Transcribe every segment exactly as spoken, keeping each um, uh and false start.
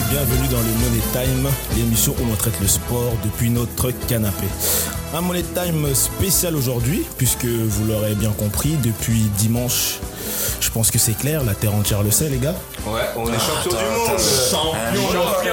bienvenue dans le Money Time, l'émission où on traite le sport depuis notre canapé. Un Money Time spécial aujourd'hui, puisque vous l'aurez bien compris, depuis dimanche, je pense que c'est clair, la terre entière le sait les gars. Ouais, on est champion du monde. Champion, champion,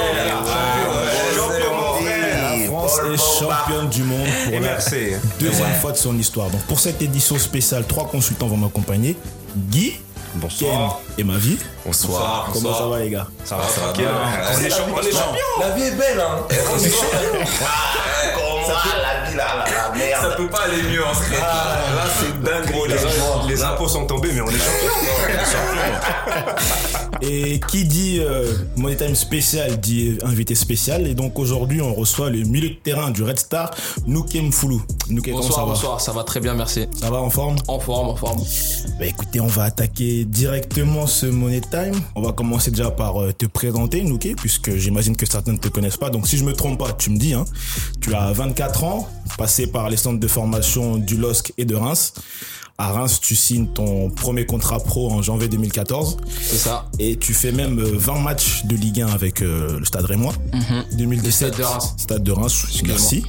La France est championne du monde pour la deuxième fois de son histoire. Donc pour cette édition spéciale, trois consultants vont m'accompagner. Guy, bonsoir. Ken et Mavi. Bonsoir. Comment bonsoir. Ça va les gars? Ça va, ça va bien. On est champions. La vie est belle, hein. On est champions. Comment la vie là, la, la merde. Ça peut pas aller mieux en secret. Ah, là, c'est dingue. Les, les impôts sont tombés, mais on est champions. Et qui dit euh, Money Time spécial dit invité spécial. Et donc aujourd'hui, on reçoit le milieu de terrain du Red Star, Noukem Foulou. Noukem, bonsoir, ça va? bonsoir, ça va très bien, merci. Ça va en forme? En forme, en forme. Bah écoutez, on va attaquer directement ce Money Time. On va commencer déjà par euh, te présenter, Nouké, puisque j'imagine que certains ne te connaissent pas. Donc si je me trompe pas, tu me dis, hein, tu as vingt-quatre ans, passé par les centres de formation du L O S C et de Reims. À Reims, tu signes ton premier contrat pro en janvier deux mille quatorze. C'est ça. Et tu fais même vingt matchs de Ligue un avec euh, le Stade Rémois. Mm-hmm. deux mille dix-sept, Stade de Reims. Stade de Reims, merci.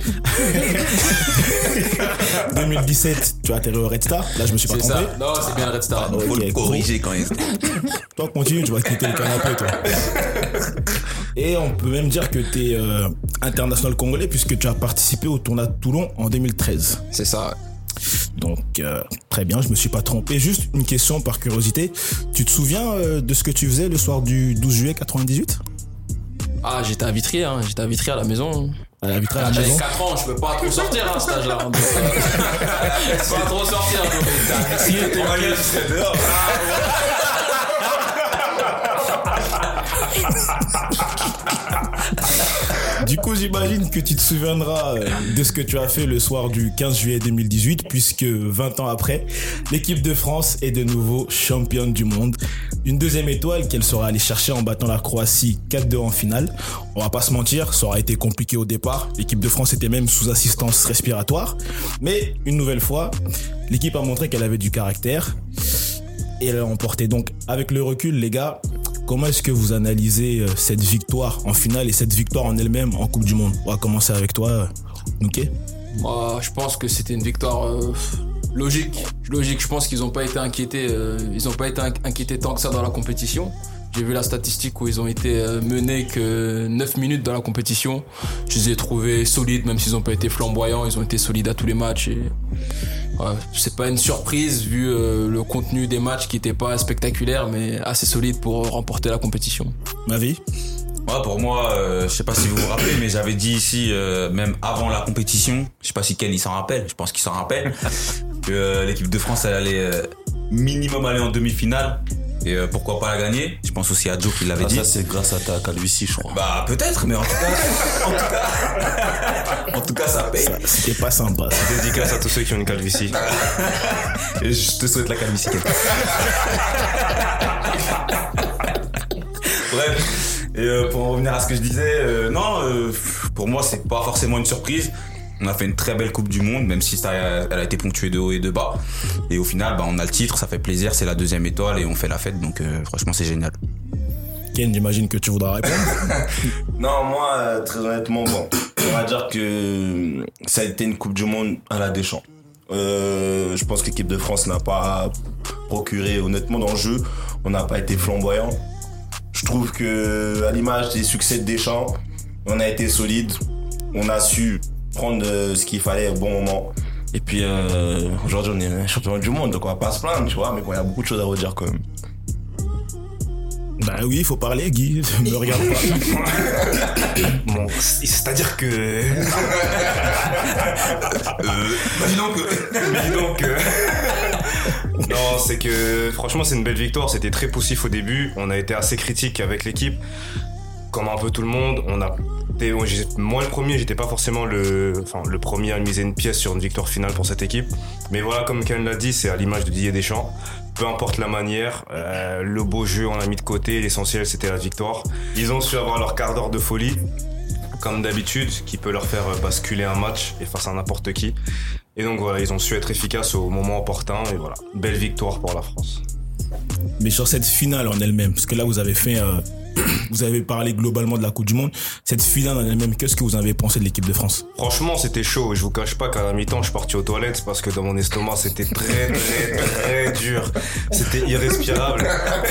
deux mille dix-sept, tu as atterri au Red Star. Là, je me suis pas c'est trompé. Ça. Non, c'est bien le Red Star. Il faut okay, le corriger quand même. Toi, continue, tu vas quitter le canapé, toi. Et on peut même dire que tu es euh, international congolais puisque tu as participé au tournoi de Toulon en deux mille treize. C'est ça. Donc euh, très bien, je me suis pas trompé. Juste une question par curiosité. Tu te souviens euh, de ce que tu faisais le soir du douze juillet quatre-vingt-dix-huit? Ah, j'étais à Vitry, hein. J'étais à Vitry à la maison. À la Vitry à la J'avais maison. quatre ans, je peux pas trop sortir à hein, cet âge-là. Donc, euh, je peux pas trop sortir. Donc, si t'es Aurélien, tu serais dehors. Du coup, j'imagine que tu te souviendras de ce que tu as fait le soir du quinze juillet deux mille dix-huit, puisque vingt ans après, l'équipe de France est de nouveau championne du monde. Une deuxième étoile qu'elle sera allée chercher en battant la Croatie quatre deux en finale. On va pas se mentir, ça aura été compliqué au départ. L'équipe de France était même sous assistance respiratoire. Mais une nouvelle fois, l'équipe a montré qu'elle avait du caractère. Et elle a emporté. Donc, avec le recul, les gars, comment est-ce que vous analysez cette victoire en finale et cette victoire en elle-même en Coupe du Monde? On va commencer avec toi, Nouké. Moi, je pense que c'était une victoire euh, logique. Logique, je pense qu'ils n'ont pas été inquiétés. Euh, ils n'ont pas été inquiétés tant que ça dans la compétition. J'ai vu la statistique où ils ont été euh, menés que neuf minutes dans la compétition. Je les ai trouvés solides, même s'ils n'ont pas été flamboyants. Ils ont été solides à tous les matchs. Et ouais, c'est pas une surprise vu euh, le contenu des matchs qui était pas spectaculaire, mais assez solide pour remporter la compétition. Ma vie? Ouais, pour moi, euh, je sais pas si vous vous rappelez, mais j'avais dit ici, euh, même avant la compétition, je sais pas si Ken il s'en rappelle, je pense qu'il s'en rappelle, que euh, l'équipe de France elle allait euh, minimum aller en demi-finale. Et euh, pourquoi pas la gagner? Je pense aussi à Joe qui l'avait ah, dit. Ça c'est grâce à ta calvitie, je crois. Bah peut-être, mais en tout cas, en tout cas, en tout cas ça paye. Ça, c'était pas sympa. Ça. Dédicace à tous ceux qui ont une calvitie. Et je te souhaite la calvitie. Bref. Et euh, pour en revenir à ce que je disais, euh, non, euh, pour moi c'est pas forcément une surprise. On a fait une très belle Coupe du Monde, même si ça, elle a été ponctuée de haut et de bas. Et au final, bah, on a le titre, ça fait plaisir, c'est la deuxième étoile et on fait la fête, donc euh, franchement c'est génial. Ken, j'imagine que tu voudras répondre. Non, moi, euh, très honnêtement, bon, on va dire que ça a été une Coupe du Monde à la Deschamps. Euh, je pense que l'équipe de France n'a pas procuré, honnêtement, dans le jeu, on n'a pas été flamboyant. Je trouve que, à l'image des succès de Deschamps, on a été solide, on a su prendre ce qu'il fallait au bon moment. Et puis euh, aujourd'hui on est champion du monde, donc on va pas se plaindre, tu vois, mais bon, il y a beaucoup de choses à redire quand même. Bah oui, il faut parler, Guy, ne me regarde pas. Bon, c'est-à-dire que... euh, bah dis donc bah dis donc euh... Non, c'est que franchement c'est une belle victoire, c'était très poussif au début, on a été assez critique avec l'équipe, comme un peu tout le monde, on a... Moi le premier, j'étais pas forcément le, enfin, le premier à miser une pièce sur une victoire finale pour cette équipe. Mais voilà, comme Ken l'a dit, c'est à l'image de Didier Deschamps. Peu importe la manière, euh, le beau jeu on l'a mis de côté, l'essentiel c'était la victoire. Ils ont su avoir leur quart d'heure de folie, comme d'habitude, qui peut leur faire basculer un match et face à n'importe qui. Et donc voilà, ils ont su être efficaces au moment opportun et voilà, belle victoire pour la France. Mais sur cette finale en elle-même, parce que là vous avez fait, euh, vous avez parlé globalement de la Coupe du Monde. Cette finale en elle-même, qu'est-ce que vous avez pensé de l'équipe de France? Franchement, c'était chaud. Je vous cache pas qu'à la mi-temps, je suis parti aux toilettes parce que dans mon estomac, c'était très, très, très dur. C'était irrespirable.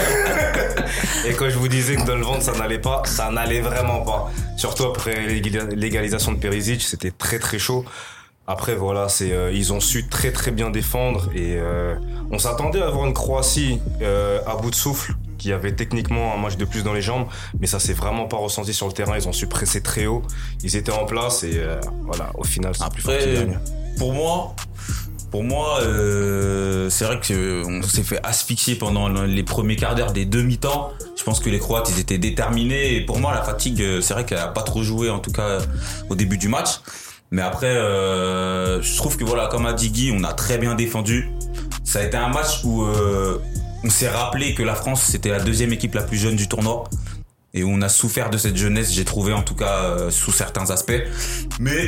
Et quand je vous disais que dans le ventre, ça n'allait pas, ça n'allait vraiment pas. Surtout après l'égalisation de Perisic, c'était très, très chaud. Après, voilà, c'est, euh, ils ont su très, très bien défendre et euh, on s'attendait à avoir une Croatie euh, à bout de souffle, qui avait techniquement un match de plus dans les jambes, mais ça s'est vraiment pas ressenti sur le terrain. Ils ont su presser très haut, ils étaient en place et euh, voilà, au final, c'est plus fort qui gagne. Pour moi, pour moi, euh, c'est vrai qu'on s'est fait asphyxier pendant les premiers quarts d'heure des demi-temps. Je pense que les Croates, ils étaient déterminés et pour moi, la fatigue, c'est vrai qu'elle a pas trop joué, en tout cas au début du match. Mais après, euh, je trouve que voilà, comme a dit Guy, on a très bien défendu. Ça a été un match où euh, on s'est rappelé que la France, c'était la deuxième équipe la plus jeune du tournoi. Et on a souffert de cette jeunesse, j'ai trouvé en tout cas euh, sous certains aspects. Mais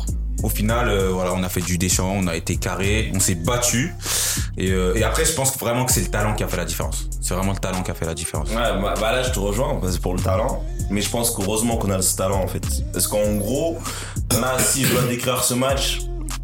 au final, euh, voilà, on a fait du Deschamps, on a été carré, on s'est battu. Et, euh, et après, je pense vraiment que c'est le talent qui a fait la différence. C'est vraiment le talent qui a fait la différence. Ouais, bah, bah là, je te rejoins, c'est pour le talent. Mais je pense qu'heureusement qu'on a ce talent, en fait. Parce qu'en gros, là, si je dois décrire ce match,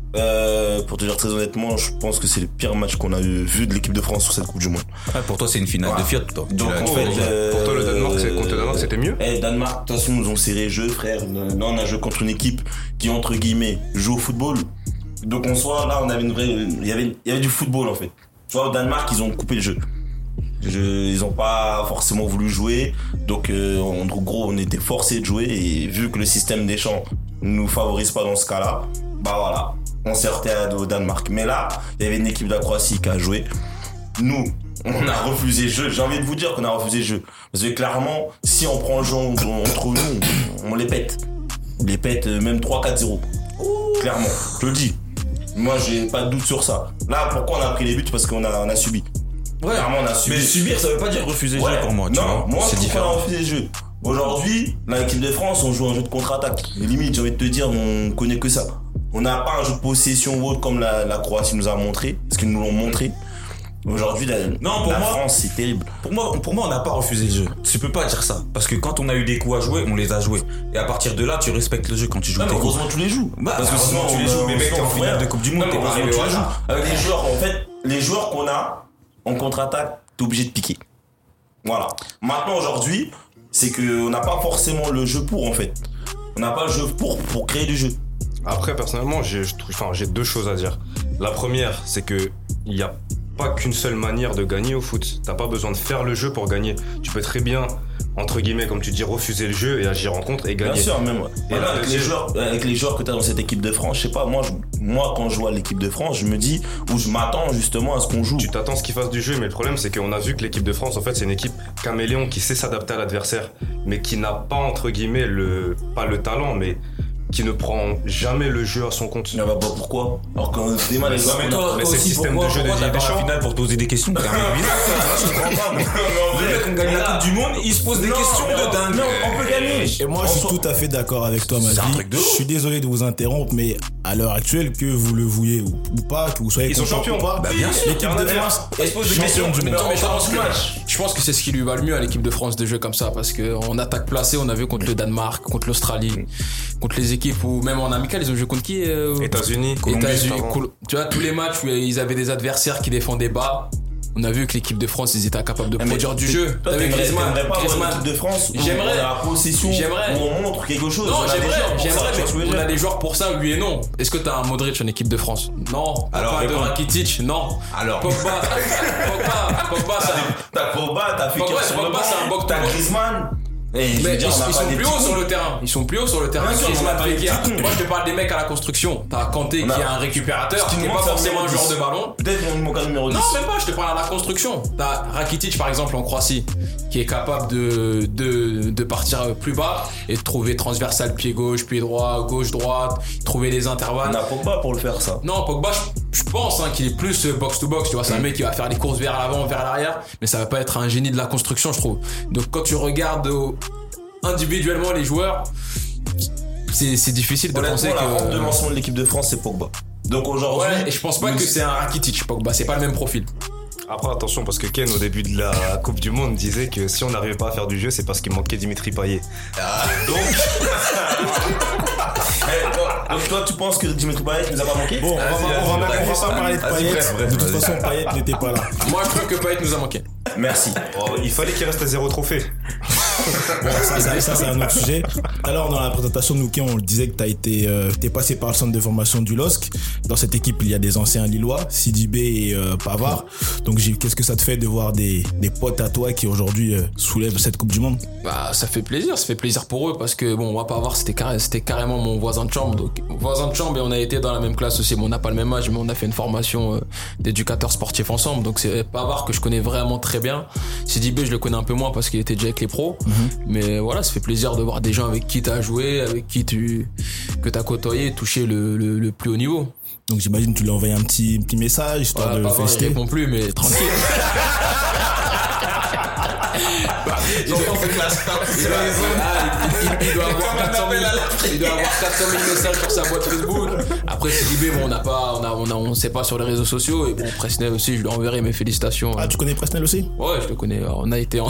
euh, pour te dire très honnêtement, je pense que c'est le pire match qu'on a eu, vu de l'équipe de France sur cette Coupe du Monde. Ouais, pour toi, c'est une finale ouais. de Fiat, toi. Donc, en fait, euh, pour toi, le Danemark, c'est, contre le Danemark, c'était mieux? Eh, Danemark, de toute façon, nous ont serré jeu, frère. Là, on a joué contre une équipe qui, entre guillemets, joue au football. Donc, en soi, là, on avait une vraie, il y avait, il y avait du football, en fait. Tu vois, au Danemark, ils ont coupé le jeu. Je, ils ont pas forcément voulu jouer, donc euh, en gros on était forcés de jouer et vu que le système des champs nous favorise pas dans ce cas-là, bah voilà, on s'est heurté au Danemark. Mais là, il y avait une équipe de la Croatie qui a joué. Nous, on a refusé le jeu. J'ai envie de vous dire qu'on a refusé le jeu parce que clairement, si on prend le jeu entre nous, on les pète, on les pète même trois quatre zéro. Clairement, je le dis. Moi, j'ai pas de doute sur ça. Là, pourquoi on a pris les buts? Parce qu'on a, on a subi. Ouais, clairement, on a subi. Mais subir, ça veut pas dire refuser le ouais. jeu pour moi. Tu non, vois, moi, c'est je trouve qu'on a différent. refusé le jeu. Aujourd'hui, dans l'équipe de France, on joue un jeu de contre-attaque. Et limite, j'ai envie de te dire, on connaît que ça. On n'a pas un jeu de possession ou autre comme la, la Croatie nous a montré, parce qu'ils nous l'ont montré. Aujourd'hui, la, non, pour la moi, France, c'est terrible. Pour moi, pour moi, on n'a pas refusé le jeu. Tu peux pas dire ça. Parce que quand on a eu des coups à jouer, on les a joués. Et à partir de là, tu respectes le jeu quand tu joues Ouais, tes mais coups. heureusement, tu les joues. Bah, parce que sinon, tu les joues. Mais mec, t'es en on- finale de Coupe du Monde, Non, t'es mais pas heureusement, arrivé tu au les joues. hasard. Avec les joueurs, en fait, les joueurs qu'on a en contre-attaque, t'es obligé de piquer. Voilà. Maintenant, aujourd'hui, c'est qu'on n'a pas forcément le jeu pour, en fait. On n'a pas le jeu pour, pour créer du jeu. Après, personnellement, j'ai, je trouve, enfin, j'ai deux choses à dire. La première, c'est que il y a pas qu'une seule manière de gagner au foot. T'as pas besoin de faire le jeu pour gagner. Tu peux très bien, entre guillemets, comme tu dis, refuser le jeu et agir en contre et gagner. Bien sûr, même. Ouais. Et Voilà, la avec, les deuxième- joueurs, avec les joueurs que tu as dans cette équipe de France, je sais pas, moi, je, moi, quand je vois l'équipe de France, je me dis, ou je m'attends justement à ce qu'on joue. Tu t'attends à ce qu'ils fassent du jeu, mais le problème, c'est qu'on a vu que l'équipe de France, en fait, c'est une équipe caméléon qui sait s'adapter à l'adversaire, mais qui n'a pas, entre guillemets, le, pas le talent, mais qui ne prend jamais le jeu à son compte. Ah bah, bah, pourquoi? Alors qu'on démarre les joueurs. mais qu'on a- toi, mais toi c'est aussi, le système pourquoi, de jeu de pourquoi Didier t'attends la Deschamps finale pour te poser des questions? T'es un mec bizarre. Je comprends pas, mais- Le mec, on gagne la Coupe du Monde, il se pose des Non, questions mais de dingue. Non, on peut gagner. Et moi, je suis tout à fait d'accord avec toi, C'est un Mazi. truc de Je ouf. suis désolé de vous interrompre, mais à l'heure actuelle, que vous le vouliez ou, ou pas, que vous soyez Ils sont content champions. ou pas, Bah, bien sûr. l'équipe de France est championne du monde. Non, mais je pense, que, match. je pense que c'est ce qui lui va le mieux à l'équipe de France de jouer comme ça parce qu'en attaque placée, on a vu contre le Danemark, contre l'Australie, contre les équipes où même en amical, ils ont joué contre qui euh, États-Unis, Colombie, États-Unis, avant. Col- tu vois, tous les matchs où ils avaient des adversaires qui défendaient bas. On a vu que l'équipe de France, ils étaient incapables de Mais produire du t'es- jeu. Toi, T'as vu t'aimerais Griezmann, t'aimerais pas avoir Griezmann. l'équipe de France où J'aimerais. on a la possession, J'aimerais. où on montre quelque chose. Non, On a des j'aimerais, joueurs pour ça, j'aimerais, tu vois ce que je mais veux on a dire. des joueurs pour ça, oui et non. Est-ce que t'as un Modric en équipe de France? Non. Alors, Pas de réponds. Rakitic? Non. Alors. Pogba, Pogba, Pogba, ça. T'as Pogba, t'as Pogba, Fekir sur le Pogba, c'est un banc, box- t'as Griezmann. Et je veux Mais dire, ils, on a ils pas sont des plus petits hauts sur coups. le terrain. Ils sont plus hauts sur le terrain. Bien sûr, Griezmann, on a pas des Fekir. petits coups. Moi, je te parle des mecs à la construction. T'as Kanté On qui a- est un récupérateur, Ce qui qui nous n'est manque, pas c'est un forcément un numéro joueur dix. de ballon. Peut-être qu'on manque un numéro dix. Non, même pas, je te parle à la construction. T'as Rakitic, par exemple, en Croatie, qui est capable de, de, de partir plus bas et de trouver transversal pied gauche, pied droit, gauche, droite, trouver les On intervalles. a Pogba pour le faire, ça. Non, Pogba, je, je pense hein, qu'il est plus box to box. Tu vois, c'est un mec qui va faire des courses vers l'avant, vers l'arrière, mais ça va pas être un génie de la construction, je trouve. Donc, quand tu regardes au- individuellement les joueurs, c'est c'est difficile de penser Honnêtement, la rampe de que. lancement de l'équipe de France, c'est Pogba. Donc aujourd'hui. Ouais, et je pense pas nous- que c'est un Rakitic, Pogba. C'est pas le même profil. Après, attention, parce que Ken, au début de la Coupe du Monde, disait que si on n'arrivait pas à faire du jeu, c'est parce qu'il manquait Dimitri Payet. Ah, donc... hey, toi, donc toi, tu penses que Dimitri Payet nous a pas manqué? Bon, on va, Vas-y, on va, vas-y, on va, vas-y, on va pas vas-y, parler de vas-y, Payet. bref, bref, De toute vas-y. façon, Payet n'était pas là. Moi, je trouve que Payet nous a manqué. Merci. Oh, il fallait qu'il reste à zéro trophée. Bon, ça, ça, ça, c'est un autre sujet. Tout à l'heure, dans la présentation de Nouké, on le disait que t'as été, euh, t'es passé par le centre de formation du L O S C. Dans cette équipe, il y a des anciens Lillois, Sidibé et euh, Pavard. Donc, j'ai, qu'est-ce que ça te fait de voir des, des potes à toi qui aujourd'hui euh, soulèvent cette Coupe du Monde? Bah, ça fait plaisir, ça fait plaisir pour eux parce que bon, on va pas voir, c'était carré, c'était carrément mon voisin de chambre, donc voisin de chambre et on a été dans la même classe aussi. Bon, on n'a pas le même âge, mais on a fait une formation euh, d'éducateur sportif ensemble, donc c'est Pavard que je connais vraiment très bien. Sidibé, je le connais un peu moins parce qu'il était déjà avec les pros, mm-hmm. mais voilà, ça fait plaisir de voir des gens avec qui t'as joué, avec qui tu que t'as côtoyé, toucher le, le, le plus haut niveau. Donc j'imagine que tu lui as envoyé un petit, petit message histoire Ouais, de le Pavard, il féliciter. répond plus, mais tranquille. J'entends cette classe. Il doit, ah, il, il, il doit avoir quatre cent mille, il doit avoir quatre cent mille messages sur sa boîte Facebook. Après Sidibé, bon, on n'a pas, on a, on a, on sait pas sur les réseaux sociaux. Et bon, Presnel aussi, je lui enverrai mes félicitations. Ah, tu connais Presnel aussi? Ouais, je le connais. On a été en,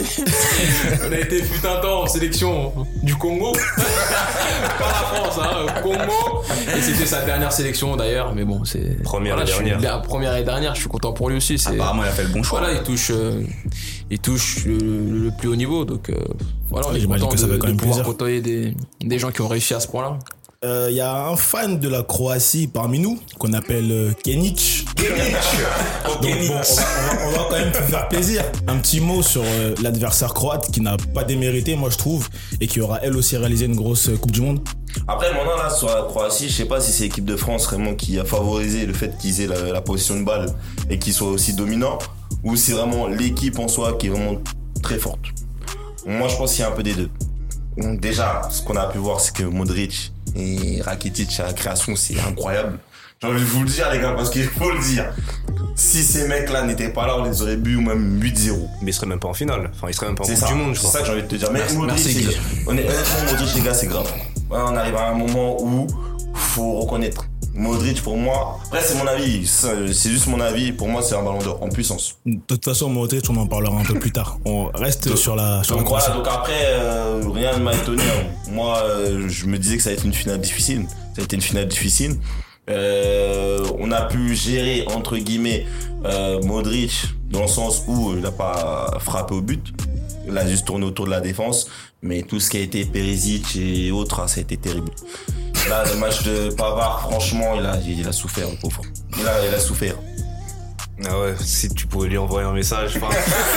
on a été fut un temps en sélection du Congo, pas la France, hein, Congo. Et c'était sa dernière sélection d'ailleurs, mais bon, c'est Première voilà, et dernière. Je suis, la première et dernière, je suis content pour lui aussi. C'est, Apparemment, il a fait le bon choix. voilà, il touche, euh, il touche le, le plus haut niveau, donc euh, voilà, on est J'imagine content que ça de, fait quand de même pouvoir plaisir. côtoyer des, des gens qui ont réussi à ce point-là. Il euh, y a un fan de la Croatie parmi nous qu'on appelle euh, Kenic. Donc bon, on, va, on, va, on va quand même te faire plaisir. Un petit mot sur euh, l'adversaire croate qui n'a pas démérité, moi je trouve, et qui aura elle aussi réalisé une grosse euh, Coupe du Monde. Après, maintenant, là, sur la Croatie, je sais pas si c'est l'équipe de France vraiment qui a favorisé le fait qu'ils aient la, la position de balle et qu'ils soient aussi dominants, ou c'est vraiment l'équipe en soi qui est vraiment très forte. Moi, je pense qu'il y a un peu des deux. Donc, déjà, ce qu'on a pu voir, c'est que Modric et Rakitic à la création, c'est incroyable. J'ai envie de vous le dire, les gars, parce qu'il faut le dire. Si ces mecs-là n'étaient pas là, on les aurait bu ou même huit zéro. Mais il serait même pas en finale. Enfin, il serait même pas en C'est Coupe ça, du Monde, je c'est crois. ça que j'ai envie de te dire. Mais Merci, Modric, merci, c'est- Guy. on est honnêtement, Modric, les gars, c'est grave. Ouais, on arrive à un moment où faut reconnaître. Modric, pour moi, après, c'est mon avis. C'est c'est juste mon avis. Pour moi, c'est un ballon d'or en puissance. De toute façon, Modric, on en parlera un peu plus tard. On reste Donc, sur la, sur la Donc Croatie. voilà, donc après, euh, rien ne m'a étonné. hein. Moi, euh, je me disais que ça allait être une finale difficile. Ça a été une finale difficile. Euh, on a pu gérer, entre guillemets, euh, Modric dans le sens où il n'a pas frappé au but. Il a juste tourné autour de la défense. Mais tout ce qui a été Perisic et autres, ça a été terrible. Là, le match de Pavard, franchement, il a, il a souffert, le pauvre. Il a, il a souffert. Ah ouais, si tu pouvais lui envoyer un message, enfin.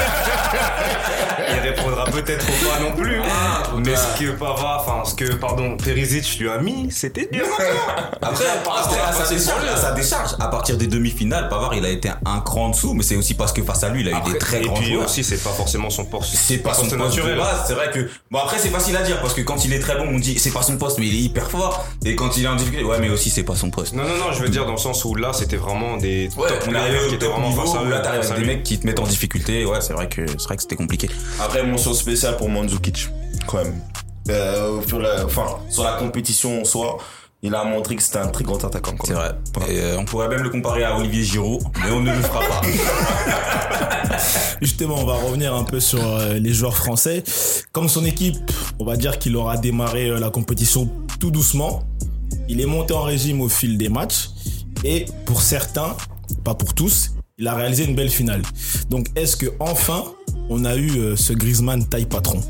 Il répondra peut-être pas non plus. mais ce que Pavard, enfin, ce que, pardon, Perisic lui a mis, c'était dur. Après, c'était à sa décharge, à sa décharge. À partir des demi-finales, Pavard, il a été un cran en dessous, mais c'est aussi parce que face à lui, il a eu Après, des très et grands puis joueurs. aussi, c'est pas forcément son poste. C'est pas son poste de base, c'est vrai que bon après c'est facile à dire parce que quand il est très bon on dit c'est pas son poste mais il est hyper fort et quand il est en difficulté ouais mais aussi c'est pas son poste. Non, non, non, je veux dire dans le sens où là, c'était vraiment des Ouais, top on players arrive qui au étaient top vraiment niveau face à où eux. là t'arrives face à avec des lui. mecs qui te mettent en difficulté ouais c'est vrai que c'est vrai que c'était compliqué. Après, mention spéciale pour Mandzukic, quand même. Euh, sur, la, enfin, sur la compétition en soi, il a montré que c'était un très grand attaquant. Quand C'est même. vrai. Et, euh, on pourrait même le comparer à Olivier Giroud mais on ne le fera pas. Justement, on va revenir un peu sur euh, les joueurs français. Comme son équipe, on va dire qu'il aura démarré euh, la compétition tout doucement. Il est monté en régime au fil des matchs. Et pour certains, pas pour tous, il a réalisé une belle finale. Donc, est-ce que enfin, on a eu euh, ce Griezmann taille patron?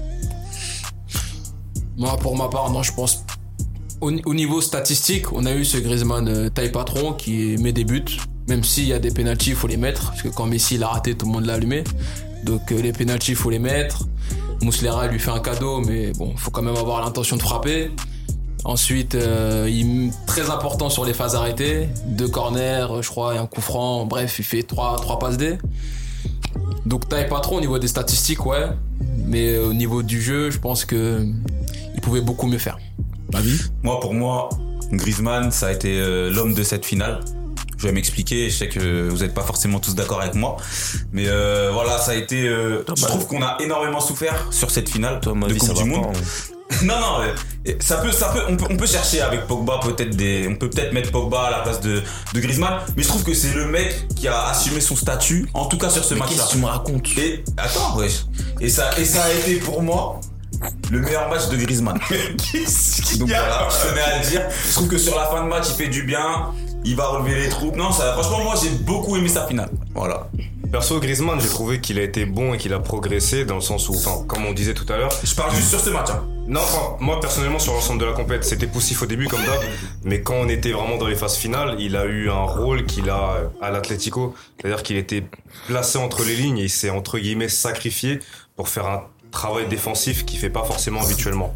Moi, pour ma part, non, je pense. Au, au niveau statistique, on a eu ce Griezmann euh, taille patron qui met des buts. Même s'il y a des pénaltys, il faut les mettre. Parce que quand Messi l'a raté, tout le monde l'a allumé. Donc euh, les pénaltys, il faut les mettre. Muslera lui fait un cadeau, mais bon, il faut quand même avoir l'intention de frapper. Ensuite, euh, il est très important sur les phases arrêtées. Deux corners, je crois, et un coup franc. Bref, il fait trois, trois passes D. Donc taille patron au niveau des statistiques, ouais. Mais au niveau du jeu, je pense que il pouvait beaucoup mieux faire. Ma vie? Moi pour moi Griezmann ça a été euh, l'homme de cette finale. Je vais m'expliquer, je sais que vous n'êtes pas forcément tous d'accord avec moi, mais euh, voilà, ça a été. Euh, je trouve qu'on a énormément souffert sur cette finale Toi, ma de vie, Coupe ça du va Monde. pas, hein. Non, non, euh, ça peut, ça peut, on peut, on peut chercher avec Pogba peut-être des, on peut peut-être mettre Pogba à la place de, de Griezmann, mais je trouve que c'est le mec qui a assumé son statut, en tout cas sur ce Mais match-là. qu'est-ce que tu me racontes? Et attends, wesh. Et ça, et ça a été pour moi le meilleur match de Griezmann. Qu'est-ce qu'il Donc y a? voilà, je tenais à le dire. Je trouve que sur la fin de match, il fait du bien. Il va relever les troupes. Non, ça, franchement, moi, j'ai beaucoup aimé sa finale. Voilà. Perso, Griezmann, j'ai trouvé qu'il a été bon et qu'il a progressé dans le sens où, enfin, comme on disait tout à l'heure. Je parle juste sur ce match. Hein. Non, enfin, moi personnellement sur l'ensemble de la compète, c'était poussif au début comme d'hab, mais quand on était vraiment dans les phases finales, il a eu un rôle qu'il a à l'Atlético, c'est-à-dire qu'il était placé entre les lignes et il s'est entre guillemets sacrifié pour faire un travail défensif qu'il fait pas forcément habituellement.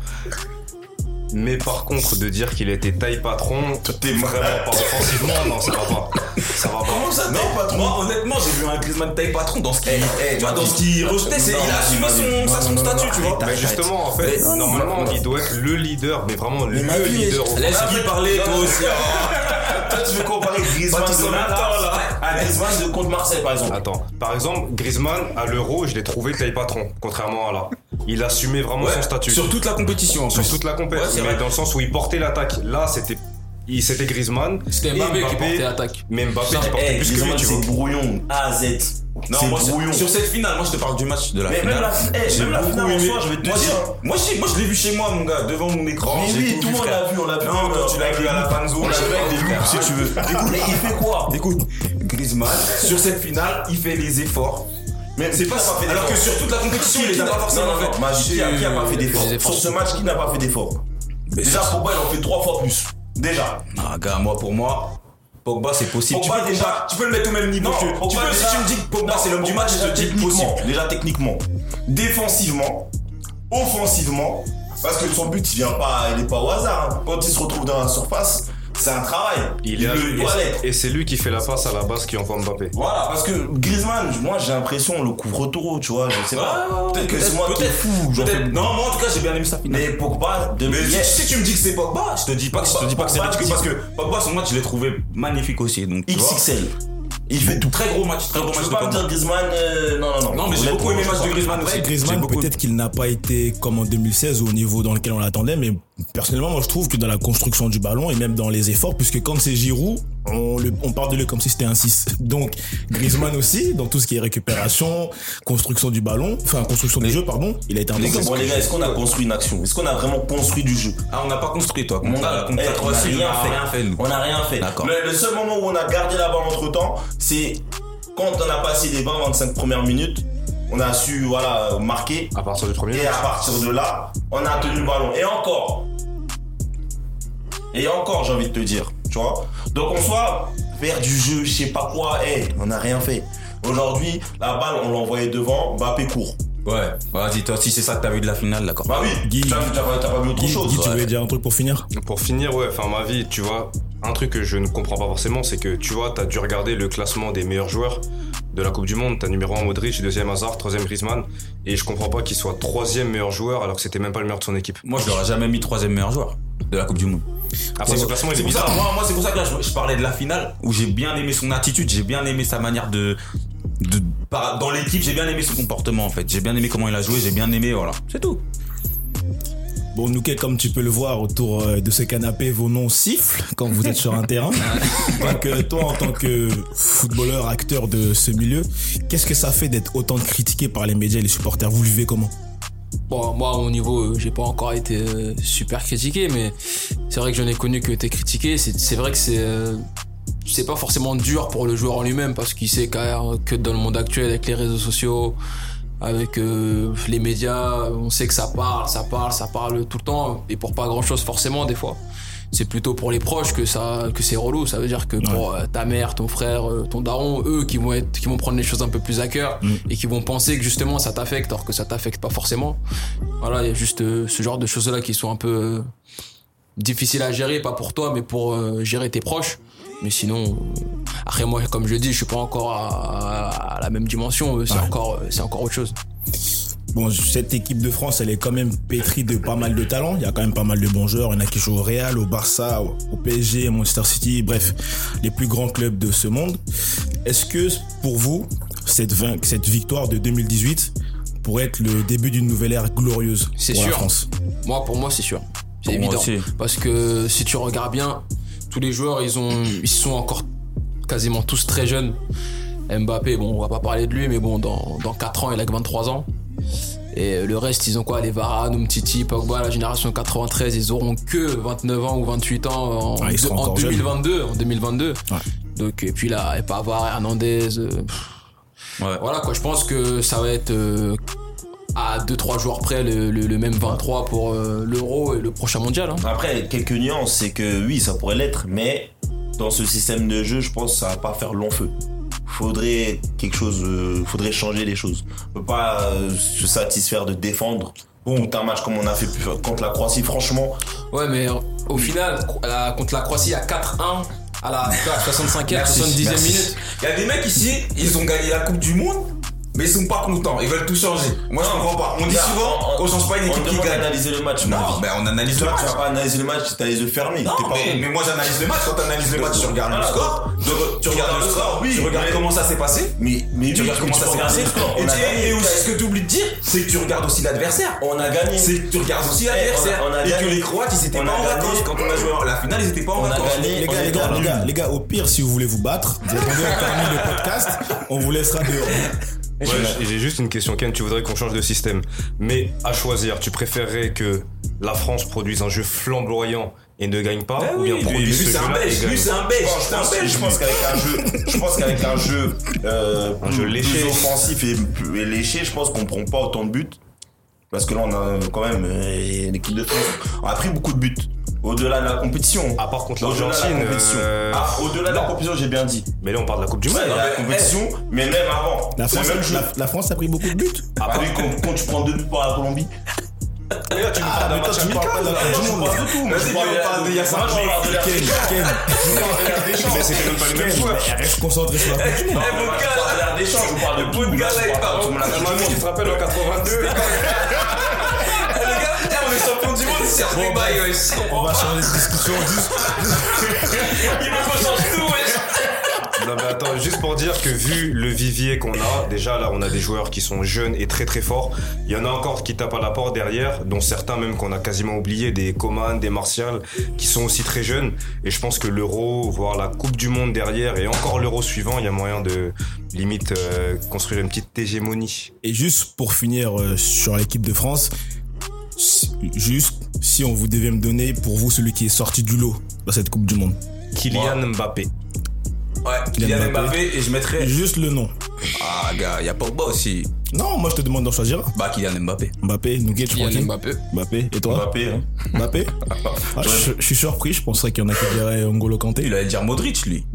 Mais par contre, de dire qu'il était taille patron, T'es vraiment pas offensivement, non, ça va pas. Ça va pas. Comment ça, Non, taille patron? moi, honnêtement, j'ai vu un Griezmann taille patron dans ce qu'il, Eh, eh, tu vois, dans Madi. ce qu'il rejetait. C'est, Non, il a assumé Madi, son, non, ça, non, son non, statut, non, tu vois. arrête, Mais arrête. justement, en fait, Mais- normalement, non, il doit être le leader, mais vraiment le Madi, leader. laisse- Laisse-lui parler, toi aussi. Toi, tu veux comparer Griezmann Pas tous en de même temps, là. à Griezmann de contre Marseille, par exemple. Attends, par exemple, Griezmann, à l'Euro, je l'ai trouvé taille patron, contrairement à là. Il assumait vraiment Ouais, son statut. sur toute la compétition, en Sur plus. toute la compétition, Ouais, c'est mais vrai. dans le sens où il portait l'attaque. Là, c'était, il, c'était Griezmann. C'était et Mbappé qui portait l'attaque. Mais Mbappé qui portait Eh, plus que lui, Griezmann, tu vois. c'est brouillon. A à Z. Non, C'est moi, sur- brouillon. sur cette finale, moi je te parle du match de la Mais finale. même la, eh, J'ai même la beaucoup finale en aimé. soi, je vais te moi, dire. j'ai- Moi, j'ai- moi je l'ai vu chez moi, mon gars, devant mon écran. Mais j'ai oui, tout tout le vu, monde frère. l'a vu, on l'a vu. Non, toi, tu l'as vu à la fanzone. On l'a vu avec des loupes, si tu veux. Écoute, mais il fait quoi? Écoute, Griezmann, sur cette finale, il fait les efforts. Mais C'est pas ça. Alors que sur toute la compétition, il les a pas forcément Non, non, fait. non, Madi, qui a, qui a pas fait d'effort? Les efforts. Sur ce match, qui n'a pas fait d'effort? Mais Déjà, sur- Pogba, il en fait trois fois plus. Déjà. Ah, gars, moi, pour moi, Pogba, c'est possible. Pogba, tu, peux, déjà- Pogba, tu peux le mettre au même niveau. Non, tu, Pogba, tu peux, déjà- si tu me dis que Pogba, non, c'est l'homme du Pogba, match, je déjà te dis techniquement, possible. déjà techniquement, défensivement, offensivement, parce que son but, il vient pas, il est pas au hasard. Hein. Quand il se retrouve dans la surface, c'est un travail. Il est le doit l'être. et c'est lui qui fait la passe à la base qui envoie Mbappé. Voilà, parce que Griezmann, moi j'ai l'impression, le couvre-taureau, tu vois, je sais pas. Ouais, ouais, ouais, peut-être que c'est peut-être, moi qui est peut-être. fou. j'en Peut-être. fais- Non, moi, en tout cas, j'ai bien aimé sa finale. Mais Pogba, de Mais yes. si tu me dis que c'est Pogba, je te dis pas que, je te dis pas que c'est Pogba, ridicule parce que Pogba, son match, je l'ai trouvé magnifique aussi. Donc, tu vois. X X L. Il fait tout. Très gros match, très gros Tu match peux de pas me Pogba. dire Griezmann, euh, non, non, non. Non, mais j'ai beaucoup aimé le match de Griezmann Après, aussi. J'ai Griezmann, beaucoup peut-être qu'il n'a pas été comme en deux mille seize au niveau dans lequel on l'attendait, mais personnellement, moi je trouve que dans la construction du ballon et même dans les efforts, puisque quand c'est Giroud, on, le, on parle de lui comme si c'était un six. Donc Griezmann aussi, dans tout ce qui est récupération, construction du ballon, enfin construction du jeu, pardon, il a été Les important. gars, Bon les gars, est-ce qu'on a construit une action? Est-ce qu'on a vraiment construit du jeu? Ah, on n'a pas construit, toi. On Contre a, la- contre eh, la on a Croatie, rien on a fait. rien fait, nous. On n'a rien fait. D'accord. Le, le seul moment où on a gardé la balle entre temps, c'est quand on a passé les vingt vingt-cinq premières minutes. On a su voilà marquer. À partir du premier Et à partir de là, on a tenu le ballon. Et encore. Et encore, j'ai envie de te dire. Tu vois? Donc, en soit, faire du jeu, je sais pas quoi, hey, on n'a rien fait. Aujourd'hui, la balle, on l'a envoyée devant, Mbappé court. Ouais, vas-y, toi, si c'est ça que t'as vu de la finale, d'accord. Bah oui, Guy- t'as t'as pas, t'as pas vu autre Guy, chose. Guy, tu ouais. voulais dire un truc pour finir? Pour finir, ouais, enfin ma vie, tu vois, un truc que je ne comprends pas forcément, c'est que tu vois, t'as dû regarder le classement des meilleurs joueurs de la Coupe du Monde. T'as numéro un Modric, deuxième Hazard, troisième Griezmann, et je comprends pas qu'il soit troisième meilleur joueur alors que c'était même pas le meilleur de son équipe. Moi, je l'aurais jamais mis troisième meilleur joueur de la Coupe du Monde. Après, ce classement, il C'est est pour ça, bizarre. moi, moi c'est pour ça que là, je, je parlais de la finale où j'ai bien aimé son attitude, j'ai bien aimé sa manière de, de par- dans l'équipe, j'ai bien aimé son comportement en fait, j'ai bien aimé comment il a joué, j'ai bien aimé, voilà, c'est tout. Bon, Nouquet, comme tu peux le voir autour euh, de ce canapé, vos noms sifflent quand vous êtes sur un terrain. Donc, euh, toi, en tant que footballeur, acteur de ce milieu, qu'est-ce que ça fait d'être autant critiqué par les médias et les supporters? Vous le vivez comment? Bon, moi, à mon niveau, euh, j'ai pas encore été euh, super critiqué, mais c'est vrai que j'en ai connu que t'es critiqué. C'est, c'est vrai que c'est, euh, c'est pas forcément dur pour le joueur en lui-même parce qu'il sait quand même que dans le monde actuel, avec les réseaux sociaux, avec euh, les médias, on sait que ça parle, ça parle, ça parle tout le temps et pour pas grand-chose forcément des fois. C'est plutôt pour les proches que ça, que c'est relou. Ça veut dire que pour euh, ta mère, ton frère, euh, ton daron, eux qui vont être, qui vont prendre les choses un peu plus à cœur Mm. et qui vont penser que justement ça t'affecte alors que ça t'affecte pas forcément. Voilà, il y a juste euh, ce genre de choses-là qui sont un peu euh, difficiles à gérer, pas pour toi, mais pour euh, gérer tes proches. Mais sinon, euh, après moi, comme je dis, je suis pas encore à, à la même dimension. Eux, c'est Ouais. encore, euh, c'est encore autre chose. Bon, cette équipe de France, elle est quand même pétrie de pas mal de talents. Il y a quand même pas mal de bons joueurs. Il y en a qui jouent au Real, au Barça, au P S G, Manchester City, bref, les plus grands clubs de ce monde. Est-ce que pour vous, cette, vingt- cette victoire de deux mille dix-huit pourrait être le début d'une nouvelle ère glorieuse C'est pour sûr. la France. Moi, pour moi, c'est sûr. C'est Pour moi évident. aussi. Parce que si tu regardes bien, tous les joueurs, ils ont, ils sont encore quasiment tous très jeunes. Mbappé, bon, on va pas parler de lui, mais bon, dans, dans quatre ans, il a que vingt-trois ans. Et le reste, ils ont quoi? Les Varane, Umtiti, Pogba, la génération quatre-vingt-treize, ils auront que vingt-neuf ans ou vingt-huit ans en, Ah, ils seront en encore deux mille jeunes. vingt-deux. En deux mille vingt-deux. Ouais. Donc, et puis là, et Pavard, Hernandez. euh, Ouais. Voilà quoi, je pense que ça va être euh, à deux trois joueurs près le, le, le même vingt-trois pour euh, l'Euro et le prochain mondial. Hein. Après, quelques nuances, c'est que oui, ça pourrait l'être, mais dans ce système de jeu, je pense que ça va pas faire long feu. Faudrait quelque chose, euh, faudrait changer les choses. On peut pas euh, se satisfaire de défendre bon, tout un match comme on a fait contre la Croatie, franchement. Ouais, mais euh, au final, la- contre la Croatie, à quatre un à la soixante-cinquième, Merci, soixante-dixième merci. minute. Il y a des mecs ici, ils ont gagné la Coupe du Monde, mais ils sont pas contents. Ils veulent tout changer. Moi, je comprends pas. On dit souvent qu'on change pas une On équipe qui demande gagne. d'analyser le match. Non, Marvin. ben on analyse le Toi, match. tu vas pas analyser le match, t'as les yeux fermés. Non, T'es pas mais, con. mais moi j'analyse le match. Quand t'analyses le match, tu regardes le Voilà. score, tu, re- tu regardes le score, oui, tu regardes mais- comment ça s'est passé. Mais, mais Tu oui, regardes comment tu ça peux s'est regarder passé. le score. Et, On a tu- gagné. et aussi, ce que tu oublies de dire, c'est que tu regardes aussi l'adversaire. On a gagné. C'est que tu regardes aussi l'adversaire. on a- on a Et que gagné. les Croates, ils étaient On pas a en gagné. vacances. Quand on a joué la finale, ils étaient pas en On a vacances. gagné. Les on gars, est les gars, dans les le- gars, les gars, au pire, si vous voulez vous battre, vous attendez, on termine le podcast, on vous laissera dehors. Ouais, j'ai- j'ai juste une question, Ken. Tu voudrais qu'on change de système, mais à choisir, tu préférerais que la France produise un jeu flamboyant et ne gagne pas, Ben ou bien oui, lui, produise lui, ce c'est un jeu-là et belge. Lui, gagne? c'est un belge. Bon, je C'est un pense, belge. je pense qu'avec un jeu, je pense qu'avec un jeu euh, Un plus, jeu léché. plus offensif et, plus- et léché, je pense qu'on prend pas autant de buts. Parce que là, on a quand même euh, l'équipe de France. On a pris beaucoup de buts. Au-delà de la compétition. À part contre Au-delà de la l'Argentine. compétition. euh, Ah, au-delà de la compétition, j'ai bien dit. Mais là, on parle de la Coupe du Monde. Ouais, la compétition, mais même avant. La C'est France, le même jeu. la, la France a pris beaucoup de buts. Ah oui, quand, quand tu prends deux buts par la Colombie. Mais là, tu me Ah, parles mais d'un toi, match tu me amical. parles pas de la Coupe du Je Monde. parle de tout. Moi, Vas-y, je parle mais de- parle de- il y a ça. Moi, je parle de la Ken, Ken, Mais c'était même pas les mêmes Ken, joueurs. mais reste concentré sur la Coupe du Monde. Eh, mon gars, Je parle d'échange, je parle de tout. Mon gars, là, il Je parle part de en- tout, la Coupe du Tu Monde. te rappelles en quatre-vingt-deux? Eh, les gars, eh, on est champion du monde, c'est un Bon, débat, bref, wesh. on va changer de discussion juste. Il veut qu'on change tout, wesh. Non mais attends, juste pour dire que vu le vivier qu'on a, déjà là on a des joueurs qui sont jeunes et très très forts. Il y en a encore qui tapent à la porte derrière, dont certains même qu'on a quasiment oublié, des Coman, des Martial, qui sont aussi très jeunes. Et je pense que l'Euro, voire la Coupe du Monde derrière et encore l'Euro suivant, il y a moyen de limite euh, construire une petite hégémonie. Et juste pour finir euh, sur l'équipe de France, si- juste si on vous devait me donner pour vous celui qui est sorti du lot dans cette Coupe du Monde. Kylian Mbappé. Ouais, Kylian Kylian Mbappé. Mbappé, et je mettrais. Juste le nom. Ah, gars, il y a Pogba aussi. Non, moi je te demande d'en choisir un. Bah, Kylian Mbappé. Mbappé, Nouguet, tu crois Kylian qui Mbappé. Mbappé. Et toi Mbappé, hein. Mbappé Ah, je, je suis surpris, je penserais qu'il y en a qui diraient N'Golo Kanté. Il allait dire Modric, lui.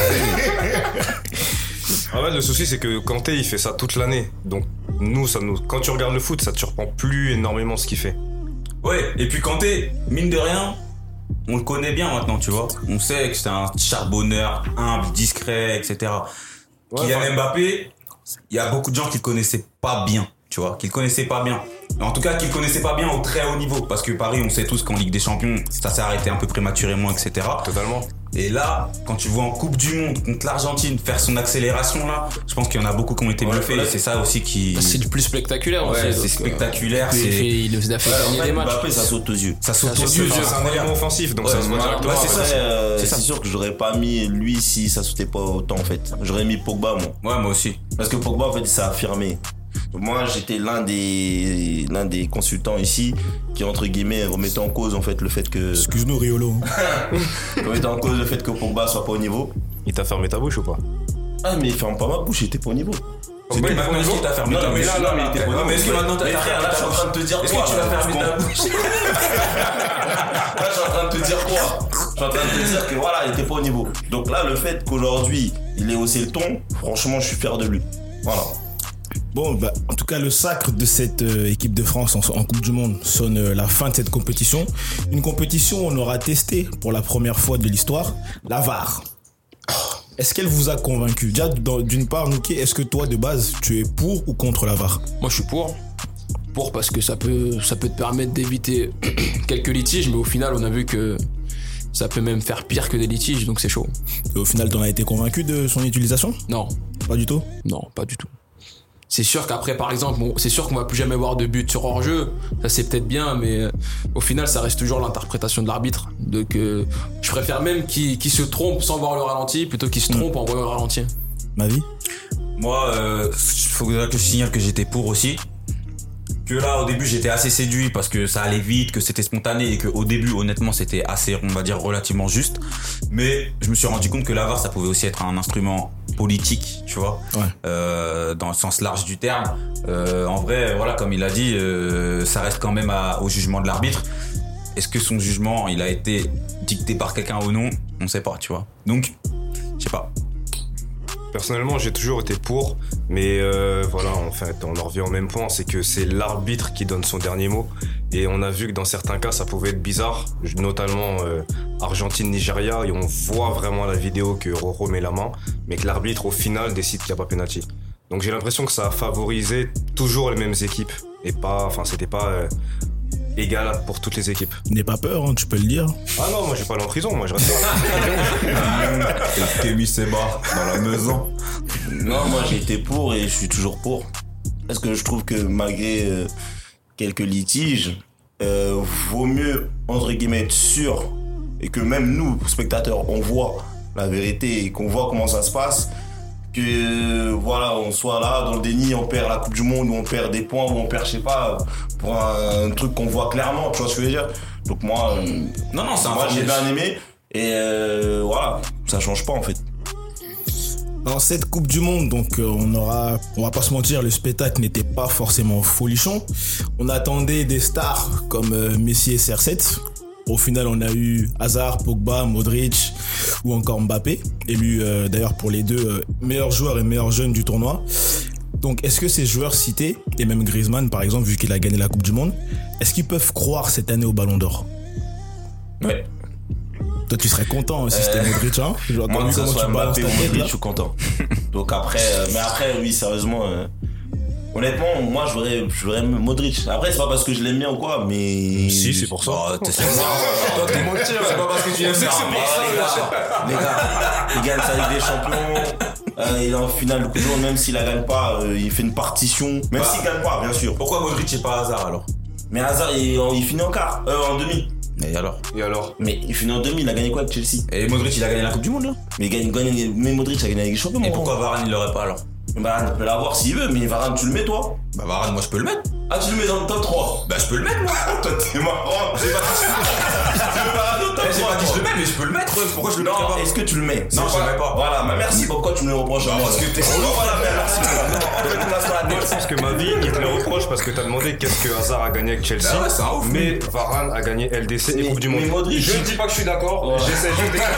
En fait, le souci c'est que Kanté il fait ça toute l'année. Donc nous, ça nous, quand tu regardes le foot, ça te surprend plus énormément ce qu'il fait. Ouais, et puis Kanté, mine de rien, on le connaît bien maintenant, tu vois. On sait que c'est un charbonneur, humble, discret, et cetera. Ouais, Kylian enfin- Mbappé, il y a beaucoup de gens qui le connaissaient pas bien, tu vois, qui le connaissaient pas bien. En tout cas, qui le connaissaient pas bien au très haut niveau. Parce que Paris, on sait tous qu'en Ligue des Champions, ça s'est arrêté un peu prématurément, et cetera. Totalement. Et là, quand tu vois en Coupe du Monde contre l'Argentine faire son accélération là, je pense qu'il y en a beaucoup qui ont été Ouais, bluffés. ouais. et c'est ça aussi qui. C'est le plus spectaculaire Ouais, aussi. c'est donc, spectaculaire. euh, il, c'est fait- il nous a fait Ouais, en gagner fait, des matchs. Mbappé, ça saute aux yeux. Ça saute Ça aux saute yeux. aux yeux. C'est un élément offensif, donc Ouais, ça se voit voilà. directement. Ouais, c'est ça. Après, euh, c'est c'est ça. sûr que j'aurais pas mis lui si ça sautait pas autant en fait. J'aurais mis Pogba moi. Ouais, moi aussi. Parce que Pogba en fait il s'est affirmé. Moi j'étais l'un des l'un des consultants ici qui entre guillemets remettait en cause en fait le fait que Excuse-nous, Riolo. remettait en cause le fait que Pogba soit pas au niveau. Il t'a fermé ta bouche ou pas? Ah mais ferme pas ma bouche, il était pas au niveau. C'est Pogba, que il est maintenant, pas au est-ce niveau. qu'il t'a fermé Non, ta mais bouche là, non, mais il était pas au Non, mais est-ce que niveau. maintenant t'as Mais frère, là, je suis en train de te dire Est-ce quoi, que tu vas là, fermer ta parce bouche Là je suis en train de te dire quoi? Je suis en train de te dire que voilà, il était pas au niveau. Donc là le fait qu'aujourd'hui il ait haussé le ton, franchement je suis fier de lui. Voilà. Bon, bah, en tout cas, le sacre de cette euh, équipe de France en, en Coupe du Monde sonne euh, la fin de cette compétition. Une compétition où on aura testé pour la première fois de l'histoire la V A R. Est-ce qu'elle vous a convaincu? Déjà, dans- d'une part, Nouké, est-ce que toi, de base, tu es pour ou contre la V A R? Moi, je suis pour. Pour parce que ça peut, ça peut te permettre d'éviter quelques litiges, mais au final, on a vu que ça peut même faire pire que des litiges, donc c'est chaud. Et au final, t'en as été convaincu de son utilisation? Non, Pas du tout? non, pas du tout. C'est sûr qu'après, par exemple, bon, c'est sûr qu'on va plus jamais voir de but sur hors-jeu. Ça, c'est peut-être bien, mais euh, au final, ça reste toujours l'interprétation de l'arbitre. Donc, euh, je préfère même qu'il, qu'il se trompe sans voir le ralenti plutôt qu'il se trompe en voyant le ralenti. Ma vie? Moi, euh, faut que je signale que j'étais pour aussi. Que là, au début, j'étais assez séduit parce que ça allait vite, que c'était spontané et que au début, honnêtement, c'était assez, on va dire, relativement juste. Mais je me suis rendu compte que la V A R, ça pouvait aussi être un instrument politique, tu vois, ouais. euh, dans le sens large du terme. Euh, en vrai, voilà, comme il a dit, euh, ça reste quand même à, au jugement de l'arbitre. Est-ce que son jugement, il a été dicté par quelqu'un ou non? On sait pas, tu vois. Donc, je sais pas. Personnellement, j'ai toujours été pour, mais euh, voilà, en fait, on en revient au même point, c'est que c'est l'arbitre qui donne son dernier mot. Et on a vu que dans certains cas, ça pouvait être bizarre, notamment euh, Argentine-Nigeria, et on voit vraiment à la vidéo que Roro met la main, mais que l'arbitre, au final, décide qu'il n'y a pas pénalty. Donc j'ai l'impression que ça a favorisé toujours les mêmes équipes, et pas, enfin, c'était pas euh, égal pour toutes les équipes. N'aie pas peur, hein, tu peux le dire. Ah non, moi j'ai pas allé en prison, moi je reste là. Et Kémy Seba dans la maison. Non, moi j'ai été pour et je suis toujours pour. Parce que je trouve que malgré euh, quelques litiges, euh, vaut mieux, entre guillemets, être sûr et que même nous, spectateurs, on voit la vérité et qu'on voit comment ça se passe, que euh, voilà, on soit là dans le déni, on perd la Coupe du Monde ou on perd des points ou on perd, je sais pas, pour un, un truc qu'on voit clairement, tu vois ce que je veux dire. Donc moi, euh, Non, non, c'est un moi fait. j'ai bien aimé et euh, voilà, ça change pas en fait. Dans cette Coupe du Monde, donc euh, on aura, on va pas se mentir, le spectacle n'était pas forcément folichon. On attendait des stars comme euh, Messi et C R sept. Au final, on a eu Hazard, Pogba, Modric ou encore Mbappé, élu euh, d'ailleurs pour les deux euh, meilleurs joueurs et meilleurs jeunes du tournoi. Donc, est-ce que ces joueurs cités, et même Griezmann par exemple, vu qu'il a gagné la Coupe du Monde, est-ce qu'ils peuvent croire cette année au Ballon d'Or? Ouais. Toi, tu serais content si c'était Euh, Modric, hein? Je vois Moi, comment que ça comment soit tu balances Mbappé ta ou tête, Modric, là. je suis content. Donc après, euh, mais après, oui, sérieusement, euh, honnêtement, moi, je voudrais, je voudrais Modric. Après, c'est pas parce que je l'aime bien ou quoi, mais... Si, c'est pour ça. Oh, t'es sincère. Toi, t'es mentir. C'est pas parce que tu aimes ça. Les gars, il gagne sa Ligue des Champions, euh, il est en finale de Coupe du Monde, même s'il la gagne pas, euh, il fait une partition. Même Bah. s'il gagne pas, bien sûr. Pourquoi Modric et pas Hazard alors? Mais Hazard, il, il finit en quart, euh, en demi. Et alors? Et alors? Mais il finit en demi, il a gagné quoi avec Chelsea? Et Modric, il a gagné la Coupe du Monde là? Mais, il gagne, gagne, mais Modric a gagné la Ligue des Champions. Et mon pourquoi gros. Varane il l'aurait pas alors? Varane peut l'avoir s'il veut, mais Varane, tu le mets toi? Bah Varane, moi je peux le mettre. Ah, tu le mets dans le top trois? Bah je peux le mettre moi. Toi, t'es marrant. J'ai pas dit J'ai pas dit je le mets, mais je peux le mettre. Pourquoi je le mettrais Non, pas? est-ce que tu le mets? Non, C'est je le mets pas. Voilà, mais merci. Pourquoi tu me le reproches? Bah, parce que t'es- Oh, voilà, mais merci. Moi, je pense que ma vie, il te le reproche parce que t'as demandé qu'est-ce que Hazard a gagné avec Chelsea. Bah ouais, c'est un ouf, mais Varane a gagné L D C et Mais- Coupe du Monde. mais Modric, je je- ne dis pas que je suis d'accord, Ouais. j'essaie juste d'expliquer.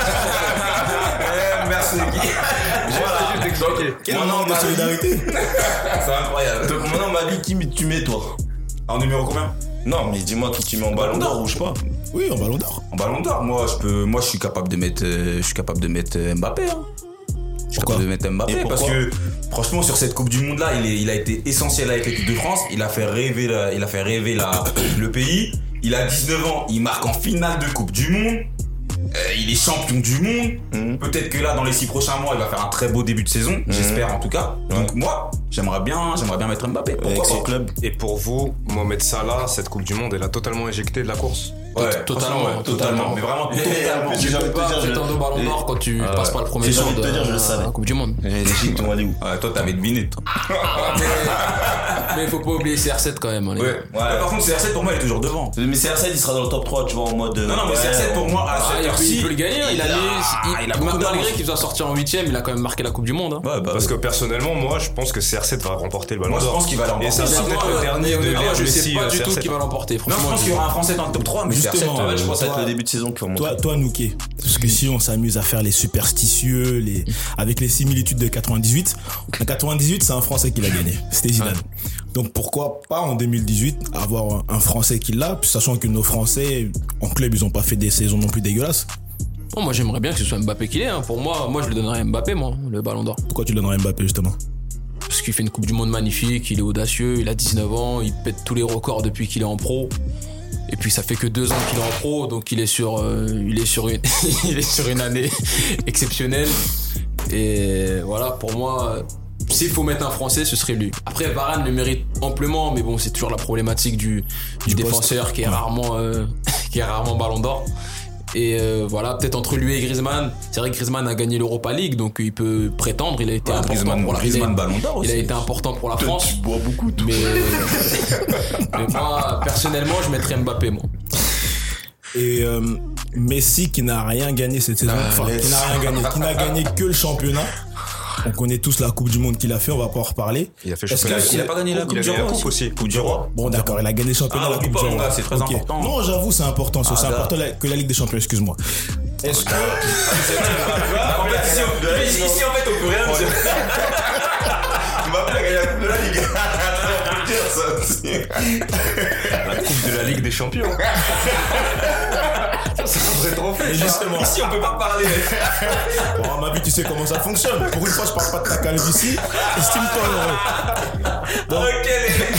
Merci Guy. J'essaie juste d'expliquer. Quel Moi, non, moment de ma- solidarité. C'est incroyable. Donc maintenant, ma vie, qui tu mets toi? En numéro combien? Non, mais dis-moi qui tu mets en ballon d'or ou je sais pas. Oui, en Ballon d'Or. En ballon d'or, moi je peux, moi je suis capable de mettre, euh, je suis capable de mettre euh, Mbappé. Hein. Je suis Pourquoi capable de mettre Mbappé Et parce pourquoi que franchement sur cette Coupe du Monde là, il, est, il a été essentiel avec l'équipe de France. Il a fait rêver, la, il a fait rêver la, le pays. Il a dix-neuf ans, il marque en finale de Coupe du Monde. Euh, il est champion du monde. Mhm. Peut-être que là, dans les six prochains mois, il va faire un très beau début de saison. J'espère en tout cas. Donc moi, j'aimerais bien, j'aimerais bien mettre Mbappé. Avec Pourquoi son pas club. Et pour vous, Mohamed Salah, cette Coupe du Monde, elle a totalement éjecté de la course. Ouais, Totalement, franchement, ouais, totalement. Mais vraiment Et en totalement. plus, Tu j'ai envie peux de te pas dire, je- prétendre au Ballon d'Or quand tu Ah passes ouais. pas le premier J'ai tour envie de te de dire, je le la savais. Coupe du Monde. Les Égyptes ont allé où? Ouais, toi t'avais deviné toi. mais, mais il faut pas oublier C R sept quand même. hein, les Ouais. gars. Ouais. Mais par contre, C R sept pour moi il est toujours devant. Mais C R sept, il sera dans le top trois, tu vois, en mode. Non, non, mais C R sept pour moi, à Ah, cette il, peut, heure-ci, il peut le gagner, il, a, il a- il, il a beaucoup malgré d'avance. qu'il doit sortir en huitième, il a quand même marqué la Coupe du Monde. Hein. Ouais, bah, Parce que ouais. personnellement, moi, je pense que C R sept va remporter le Ballon Moi, je d'Or. pense qu'il va l'emporter. Et ça sera Honnêtement, peut-être le euh, dernier de honnêtement, l'ère je sais Messi, pas euh, du tout C R sept. qui va l'emporter. Non, je Franchement, pense qu'il y aura un Français dans le top trois, mais Justement, C R sept, Ouais, je pense que ça va être Toi- le début de saison qui va montrer. Toi, toi, Nouké, parce que si on s'amuse à faire les superstitieux, les, avec les similitudes de quatre-vingt-dix-huit, en quatre-vingt-dix-huit, c'est un Français qui l'a gagné. C'était Zidane. Donc pourquoi pas en deux mille dix-huit avoir un Français qui l'a, sachant que nos Français, en club, ils ont pas fait des saisons non plus dégueulasses. Oh, moi j'aimerais bien que ce soit Mbappé qui l'ait. Hein. Pour moi, moi je le donnerais à Mbappé, moi, le Ballon d'Or. Pourquoi tu donnerais Mbappé, justement? Parce qu'il fait une Coupe du Monde magnifique, il est audacieux, il a dix-neuf ans, il pète tous les records depuis qu'il est en pro. Et puis ça fait que deux ans qu'il est en pro, donc il est sur, euh, il est sur une, il est sur une année exceptionnelle. Et voilà, pour moi, s'il faut mettre un Français, ce serait lui. Après, Varane le mérite amplement, mais bon, c'est toujours la problématique du, du, Du défenseur poste. qui est Ouais. rarement, euh, qui est rarement Ballon d'Or. Et euh, voilà, peut-être entre lui et Griezmann. C'est vrai que Griezmann a gagné l'Europa League, donc il peut prétendre. Il a été Ouais, important Griezmann, pour la Griezmann il a- Ballon d'Or Il a aussi. été important pour la Tu France. bois beaucoup, toi. Mais, mais moi, personnellement, je mettrais Mbappé, moi. Et euh, Messi qui n'a rien gagné cette saison, Ah, enfin qui laisse. n'a rien gagné, qui n'a gagné que le championnat. On connaît tous la Coupe du Monde qu'il a fait, on va pas en reparler. Il a fait Est-ce championnat. que Il a pas gagné la Il Coupe a du gagné la Roi Coupe aussi. Coupe du Roi. Bon d'accord, il a gagné le championnat, Ah, la oublie Coupe pas, du mon Roi. gars, c'est très Ok. important. Non, j'avoue, c'est important, ça, Ah, c'est là. important la- que la Ligue des Champions, excuse-moi. Est-ce que En fait, ici, on- ici, ici, en fait, on peut rien dire. Mbappé a gagné la Coupe de la Ligue. On peut dire ça aussi. La Coupe de la Ligue des Champions. Ça, c'est un vrai trophée. Mais justement, Ici, on peut pas parler. bon, à ma vie, tu sais comment ça fonctionne. Pour une fois, je parle pas de ta calvitie. Estime-toi heureux. Donc, Ok,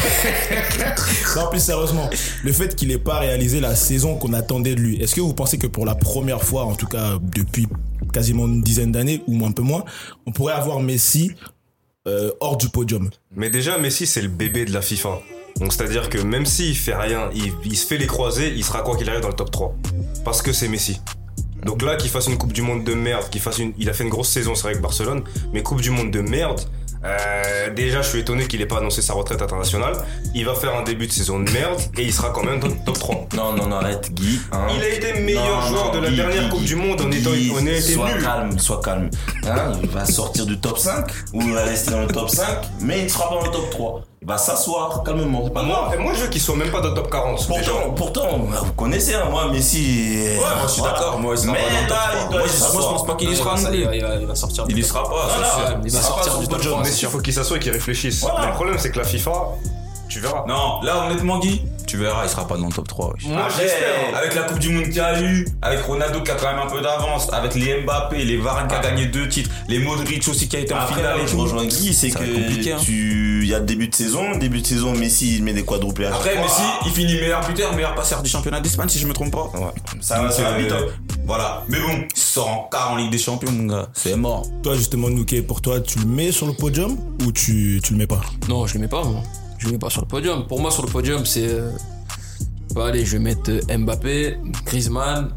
les non, plus sérieusement, le fait qu'il n'ait pas réalisé la saison qu'on attendait de lui, est-ce que vous pensez que pour la première fois, en tout cas depuis quasiment une dizaine d'années ou un peu moins, on pourrait avoir Messi euh, hors du podium? Mais déjà, Messi, c'est le bébé de la FIFA. Donc, c'est-à-dire que même s'il fait rien, il, il se fait les croisés, il sera quoi qu'il arrive dans le top trois. Parce que c'est Messi. Donc là, qu'il fasse une Coupe du Monde de merde, qu'il fasse une, il a fait une grosse saison, c'est vrai, avec Barcelone, mais Coupe du Monde de merde, euh, déjà, je suis étonné qu'il ait pas annoncé sa retraite internationale. Il va faire un début de saison de merde et il sera quand même dans le top trois. Non, non, non, arrête, Guy. hein. Il a été meilleur Non, joueur non, de la Guy, dernière Guy, Coupe Guy, du Monde en étant, Guy, on a été sois nuls. calme, sois calme. Hein, il va sortir du top cinq ou il va rester dans le top cinq, mais il sera pas dans le top trois. Il va s'asseoir calmement, c'est pas Moi, grave. moi, je veux qu'il soit même pas dans le top quarante. déjà. Pourtant, pourtant, vous connaissez, hein, moi, Messi. Ouais, moi, je suis d'accord. Moi, il sera Mais pas dans le top là, trois. il doit Moi, y je- moi, je s'asseoir. pense pas qu'il y sera non plus. il, va, il va sortir. Il y sera pas, ça, Voilà, c'est sûr. Il va ça sortir passe du au top podium. trois. Mais il faut qu'il s'assoie et qu'il réfléchisse. Voilà. Mais le problème, c'est que la FIFA, tu verras. Non, là, honnêtement, Guy, tu verras, il sera pas dans le top trois. wesh. Moi, Après, j'espère. Avec la Coupe du Monde qu'il y a eu, avec Ronaldo qui a quand même un peu d'avance, avec les Mbappé, les Varane qui a gagné deux titres, les Modric aussi qui a été en Après, finale là, et je tout. rejoins Guy, c'est Ça va être compliqué, que hein. tu, il y a le début de saison, début de saison, Messi, il met des quadruplés à chaque Après, fois. Messi, il finit meilleur buteur, meilleur passeur du championnat d'Espagne, si je me trompe pas. Ouais. Ça va, Donc, ça va euh, vite, hein. Voilà. Mais bon, il sort en quart en Ligue des Champions, mon gars. C'est mort. Toi, justement, Nouké, pour toi, tu le mets sur le podium ou tu, tu le mets pas? Non, je le mets pas, moi. Je le mets pas sur le podium. Pour moi, sur le podium, c'est. euh, Bah, allez, je vais mettre euh, Mbappé, Griezmann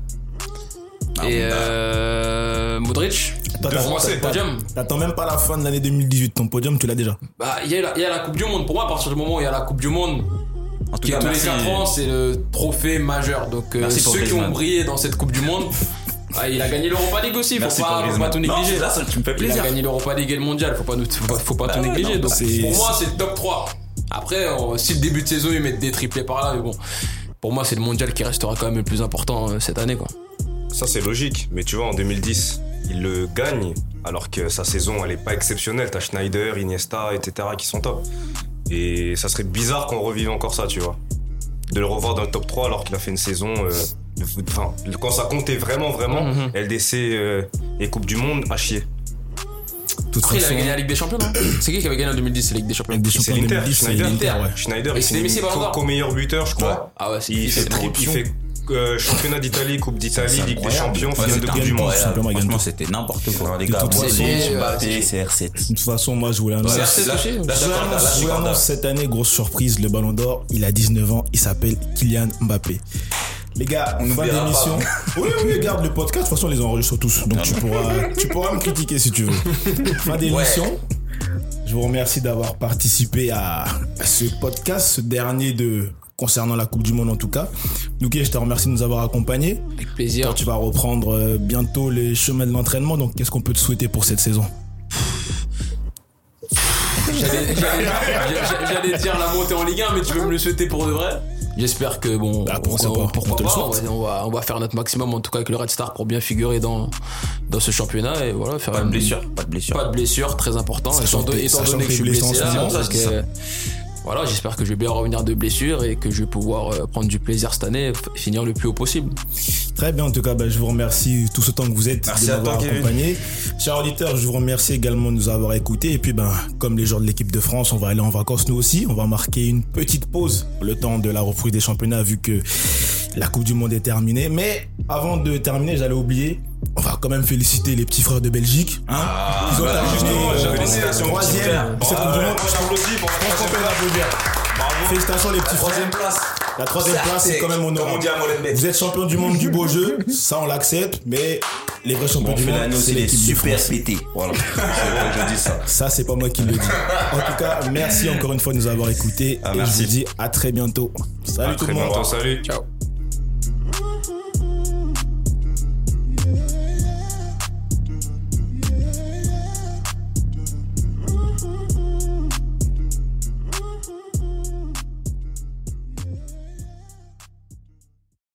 Ah, et mon gars. euh, Modric. Toi, Deux t'as- Français. t'as- Podium. T'attends même pas la fin de l'année deux mille dix-huit, ton podium, tu l'as déjà. Bah, il y, a la- il y a la Coupe du Monde. Pour moi, à partir du moment où il y a la Coupe du Monde, En tout qui cas, tous merci. les quatre ans, c'est le trophée majeur. Donc, euh, Merci pour ceux qui Griezmann. ont brillé dans cette Coupe du Monde, bah, il a gagné l'Europa League aussi. Faut Merci pas, pour faut pas Griezmann. tout Non, négliger. c'est là, ça, tu me fais Il a plaisir. gagné l'Europa League et le Mondial. Faut pas, nous- faut pas, faut pas Bah tout ouais, négliger. non, Donc, c'est- pour moi, c'est le top trois. Après, on- si le début de saison, ils mettent des triplés par là, mais bon. Pour moi, c'est le Mondial qui restera quand même le plus important euh, cette année, quoi. Ça, c'est logique. Mais tu vois, en deux mille dix, il le gagne alors que sa saison, elle est pas exceptionnelle. T'as Schneider, Iniesta, et cetera qui sont top. Et ça serait bizarre qu'on revive encore ça, tu vois. De le revoir dans le top trois alors qu'il a fait une saison. euh, Enfin, quand ça comptait vraiment, vraiment, Mhm. L D C euh, et Coupe du Monde, à chier. De toute Après, il façon, avait gagné la Ligue des Champions, non C'est qui qui avait gagné en deux mille dix, la Ligue des Champions avec des C'est champions en l'Inter, deux mille dix, c'est Schneider. l'Inter, ouais. Schneider, Et il c'était finit Messi Ballon d'Or. co-meilleur buteur, je crois. Ah ouais, c'est Il fait, triple. il fait euh, championnat d'Italie, Coupe d'Italie, C'est Ligue des incroyable. Champions, Ouais, finale de c'était Coupe du incroyable. Monde. Champion, il gagne Franchement, tout. c'était n'importe quoi. Non, les De gars, toute moi, façon, Modric, euh, Mbappé, c'est R sept. De toute façon, moi, je voulais annoncer. Ouais, Là, c'est là, touché. là, Je je suis vous content, là, je annonce- je suis vous content. annonce cette année, grosse surprise, le Ballon d'Or, il a dix-neuf ans, il s'appelle Kylian Mbappé. Les gars, On fin n'oubliera d'émission. Oui, oui, garde le podcast, de toute façon, on les enregistre tous. Donc tu pourras, tu pourras me critiquer si tu veux. Fin d'émission. Je vous remercie d'avoir participé à, à ce podcast, ce dernier de concernant la Coupe du Monde en tout cas. Nouké, je te remercie de nous avoir accompagnés. Avec plaisir. Toi, tu vas reprendre euh, bientôt les chemins de l'entraînement. Donc, qu'est-ce qu'on peut te souhaiter pour cette saison? J'allais j'allais- j'allais- j'allais dire la montée en Ligue un, mais tu veux me le souhaiter pour de vrai? J'espère que bon, Bah, pourquoi on, pas, pourquoi on te le pas, souhaite. on, va, on, va, on va faire notre maximum en tout cas avec le Red Star pour bien figurer dans, dans ce championnat et voilà, faire Pas de une- blessure, pas de blessure. Pas de blessure, très important. Sachant Étant, que- étant sachant donné que que je suis les blessés blessé en là, ce moment, donc, ça, c'est euh, voilà, j'espère que je vais bien revenir de blessure et que je vais pouvoir euh, prendre du plaisir cette année et f- finir le plus haut possible. Très bien, en tout cas, bah, je vous remercie tout ce temps que vous êtes Merci de à m'avoir toi, Kevin. accompagné. Chers auditeurs, je vous remercie également de nous avoir écoutés. Et puis, ben, comme les joueurs de l'équipe de France, on va aller en vacances nous aussi. On va marquer une petite pause le temps de la reprise des championnats vu que la Coupe du Monde est terminée. Mais avant de terminer, j'allais oublier on va quand même féliciter les petits frères de Belgique. Hein Ah, Ils ont voilà, terminé justement, euh, j'attendais, félicitations, troisième super. de cette Coupe du Monde. Moi, j'applaudis pour la Je pense qu'on peut troisième l'applaudir. Félicitations les petits frères. Troisième place. La troisième place, c'est quand même Comme on honorable. dit à Molenbeek. Vous êtes champion du monde du beau jeu, ça on l'accepte, mais les vrais champions Bon, du monde, Fellaini c'est aussi, il est l'équipe de super France. pété. Voilà. C'est vrai que je dis ça. Ça, c'est pas moi qui le dis. En tout cas, merci encore une fois de nous avoir écoutés. Ah, et merci. je vous dis à très bientôt. Salut À tout très le monde. bientôt, salut. Ciao.